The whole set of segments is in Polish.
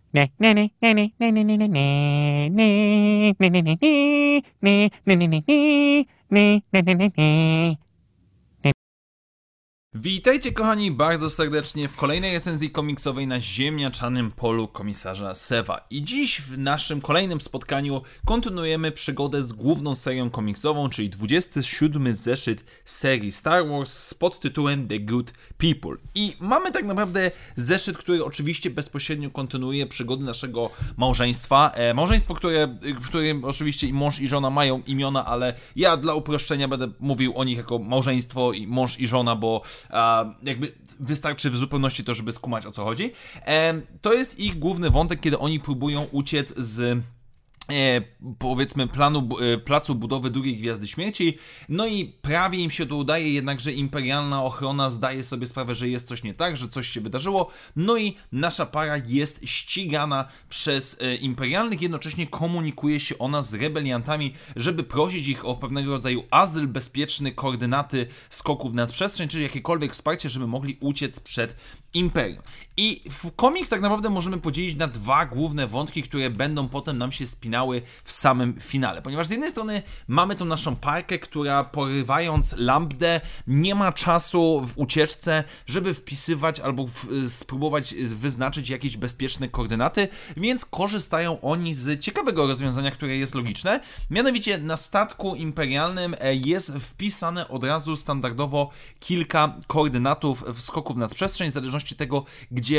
Witajcie kochani bardzo serdecznie w kolejnej recenzji komiksowej na ziemniaczanym polu komisarza Seva. I dziś w naszym kolejnym spotkaniu kontynuujemy przygodę z główną serią komiksową, czyli 27 zeszyt serii Star Wars z podtytułem The Good People. I mamy tak naprawdę zeszyt, który oczywiście bezpośrednio kontynuuje przygody naszego małżeństwa. Małżeństwo, w którym oczywiście i mąż i żona mają imiona, ale ja dla uproszczenia będę mówił o nich jako małżeństwo i mąż i żona, bo jakby wystarczy w zupełności to, żeby skumać, o co chodzi. To jest ich główny wątek, kiedy oni próbują uciec z powiedzmy placu budowy drugiej Gwiazdy Śmierci, no i prawie im się to udaje, jednakże imperialna ochrona zdaje sobie sprawę, że jest coś nie tak, że coś się wydarzyło, no i nasza para jest ścigana przez imperialnych, jednocześnie komunikuje się ona z rebeliantami, żeby prosić ich o pewnego rodzaju azyl bezpieczny, koordynaty skoków nad przestrzeń, czyli jakiekolwiek wsparcie, żeby mogli uciec przed imperium. I komiks tak naprawdę możemy podzielić na dwa główne wątki, które będą potem nam się spinały w samym finale. Ponieważ z jednej strony mamy tą naszą parkę, która porywając Lambdę nie ma czasu w ucieczce, żeby wpisywać albo spróbować wyznaczyć jakieś bezpieczne koordynaty, więc korzystają oni z ciekawego rozwiązania, które jest logiczne. Mianowicie na statku imperialnym jest wpisane od razu standardowo kilka koordynatów skoków nad przestrzeń, w zależności od tego, gdzie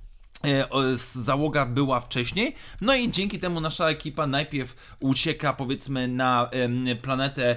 załoga była wcześniej, no i dzięki temu nasza ekipa najpierw ucieka powiedzmy na planetę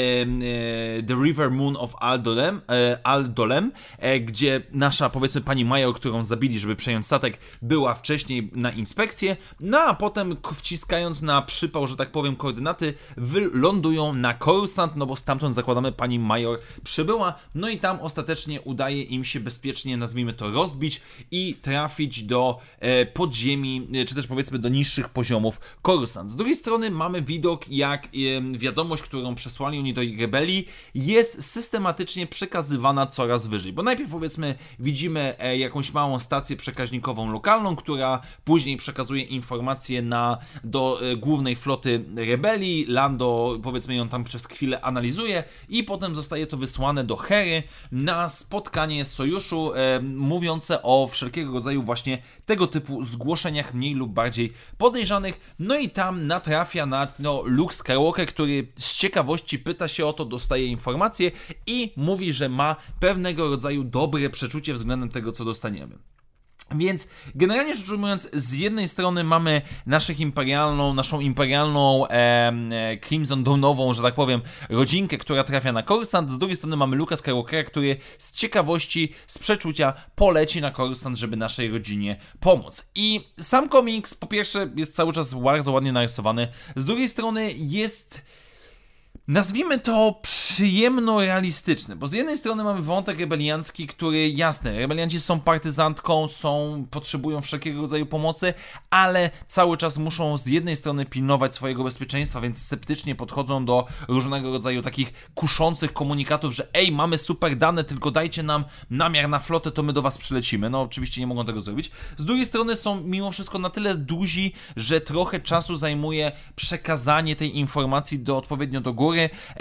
The River Moon of Aldolem, gdzie nasza powiedzmy pani Major, którą zabili, żeby przejąć statek, była wcześniej na inspekcję, no a potem wciskając na przypał, że tak powiem, koordynaty, lądują na Coruscant, no bo stamtąd zakładamy pani Major przybyła, no i tam ostatecznie udaje im się bezpiecznie, nazwijmy to, rozbić i trafić do podziemi, czy też powiedzmy do niższych poziomów Coruscant. Z drugiej strony mamy widok, jak wiadomość, którą przesłali oni do rebelii, jest systematycznie przekazywana coraz wyżej, bo najpierw powiedzmy widzimy jakąś małą stację przekaźnikową lokalną, która później przekazuje informacje do głównej floty rebelii, Lando powiedzmy ją tam przez chwilę analizuje i potem zostaje to wysłane do Hery na spotkanie sojuszu mówiące o wszelkiego rodzaju właśnie tego typu zgłoszeniach mniej lub bardziej podejrzanych, no i tam natrafia na Luke Skywalker, który z ciekawości pyta się o to, dostaje informacje i mówi, że ma pewnego rodzaju dobre przeczucie względem tego, co dostaniemy. Więc generalnie rzecz ujmując, z jednej strony mamy naszą imperialną Crimson Dawnową, że tak powiem, rodzinkę, która trafia na Coruscant, z drugiej strony mamy Luke'a Skywalkera, który z ciekawości, z przeczucia poleci na Coruscant, żeby naszej rodzinie pomóc. I sam komiks, po pierwsze, jest cały czas bardzo ładnie narysowany, z drugiej strony jest, nazwijmy to, przyjemno-realistyczny, bo z jednej strony mamy wątek rebeliancki, który, jasne, rebelianci są partyzantką, potrzebują wszelkiego rodzaju pomocy, ale cały czas muszą z jednej strony pilnować swojego bezpieczeństwa, więc sceptycznie podchodzą do różnego rodzaju takich kuszących komunikatów, że mamy super dane, tylko dajcie nam namiar na flotę, to my do was przylecimy. No oczywiście nie mogą tego zrobić. Z drugiej strony są mimo wszystko na tyle duzi, że trochę czasu zajmuje przekazanie tej informacji odpowiednio do góry.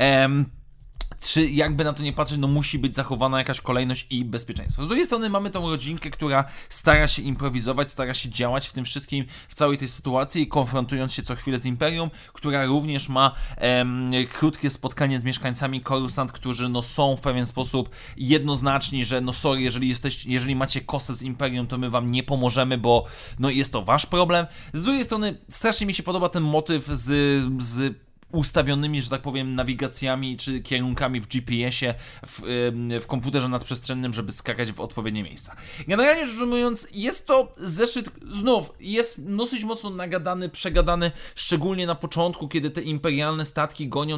Czy jakby na to nie patrzeć, musi być zachowana jakaś kolejność i bezpieczeństwo. Z drugiej strony mamy tą rodzinkę, która stara się improwizować, stara się działać w tym wszystkim, w całej tej sytuacji, konfrontując się co chwilę z Imperium, która również ma krótkie spotkanie z mieszkańcami Coruscant, którzy są w pewien sposób jednoznaczni, że sorry, jeżeli macie kosę z Imperium, to my wam nie pomożemy, bo jest to wasz problem. Z drugiej strony strasznie mi się podoba ten motyw z ustawionymi, że tak powiem, nawigacjami czy kierunkami w GPS-ie, w komputerze nadprzestrzennym, żeby skakać w odpowiednie miejsca. Generalnie rzecz ujmując, jest to zeszyt, znów, jest dosyć mocno nagadany, przegadany, szczególnie na początku, kiedy te imperialne statki gonią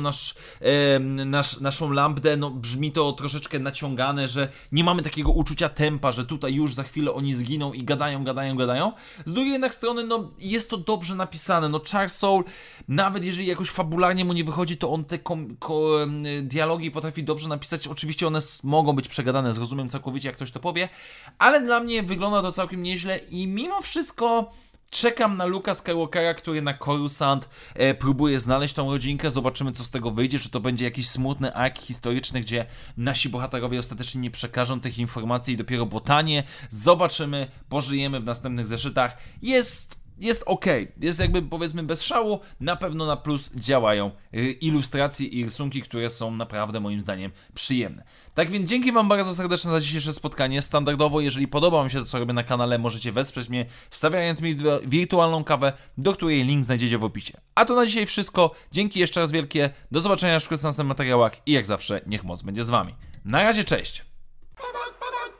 naszą Lambdę, brzmi to troszeczkę naciągane, że nie mamy takiego uczucia tempa, że tutaj już za chwilę oni zginą i gadają. Z drugiej jednak strony, jest to dobrze napisane, Charles Soule, nawet jeżeli jakoś fabularnie mu nie wychodzi, to on te dialogi potrafi dobrze napisać. Oczywiście one mogą być przegadane, zrozumiem całkowicie, jak ktoś to powie, ale dla mnie wygląda to całkiem nieźle i mimo wszystko Czekam na Luka Skywalkera, który na Coruscant próbuje znaleźć tą rodzinkę. Zobaczymy, co z tego wyjdzie. Czy to będzie jakiś smutny ark historyczny, gdzie nasi bohaterowie ostatecznie nie przekażą tych informacji i dopiero botanie. Zobaczymy, pożyjemy w następnych zeszytach. Jest okej. Jest jakby, powiedzmy, bez szału. Na pewno na plus działają ilustracje i rysunki, które są naprawdę moim zdaniem przyjemne. Tak więc dzięki wam bardzo serdecznie za dzisiejsze spotkanie. Standardowo, jeżeli podoba wam się to, co robię na kanale, możecie wesprzeć mnie, stawiając mi wirtualną kawę, do której link znajdziecie w opisie. A to na dzisiaj wszystko. Dzięki jeszcze raz wielkie. Do zobaczenia w następnych materiałach i jak zawsze, niech moc będzie z wami. Na razie, cześć!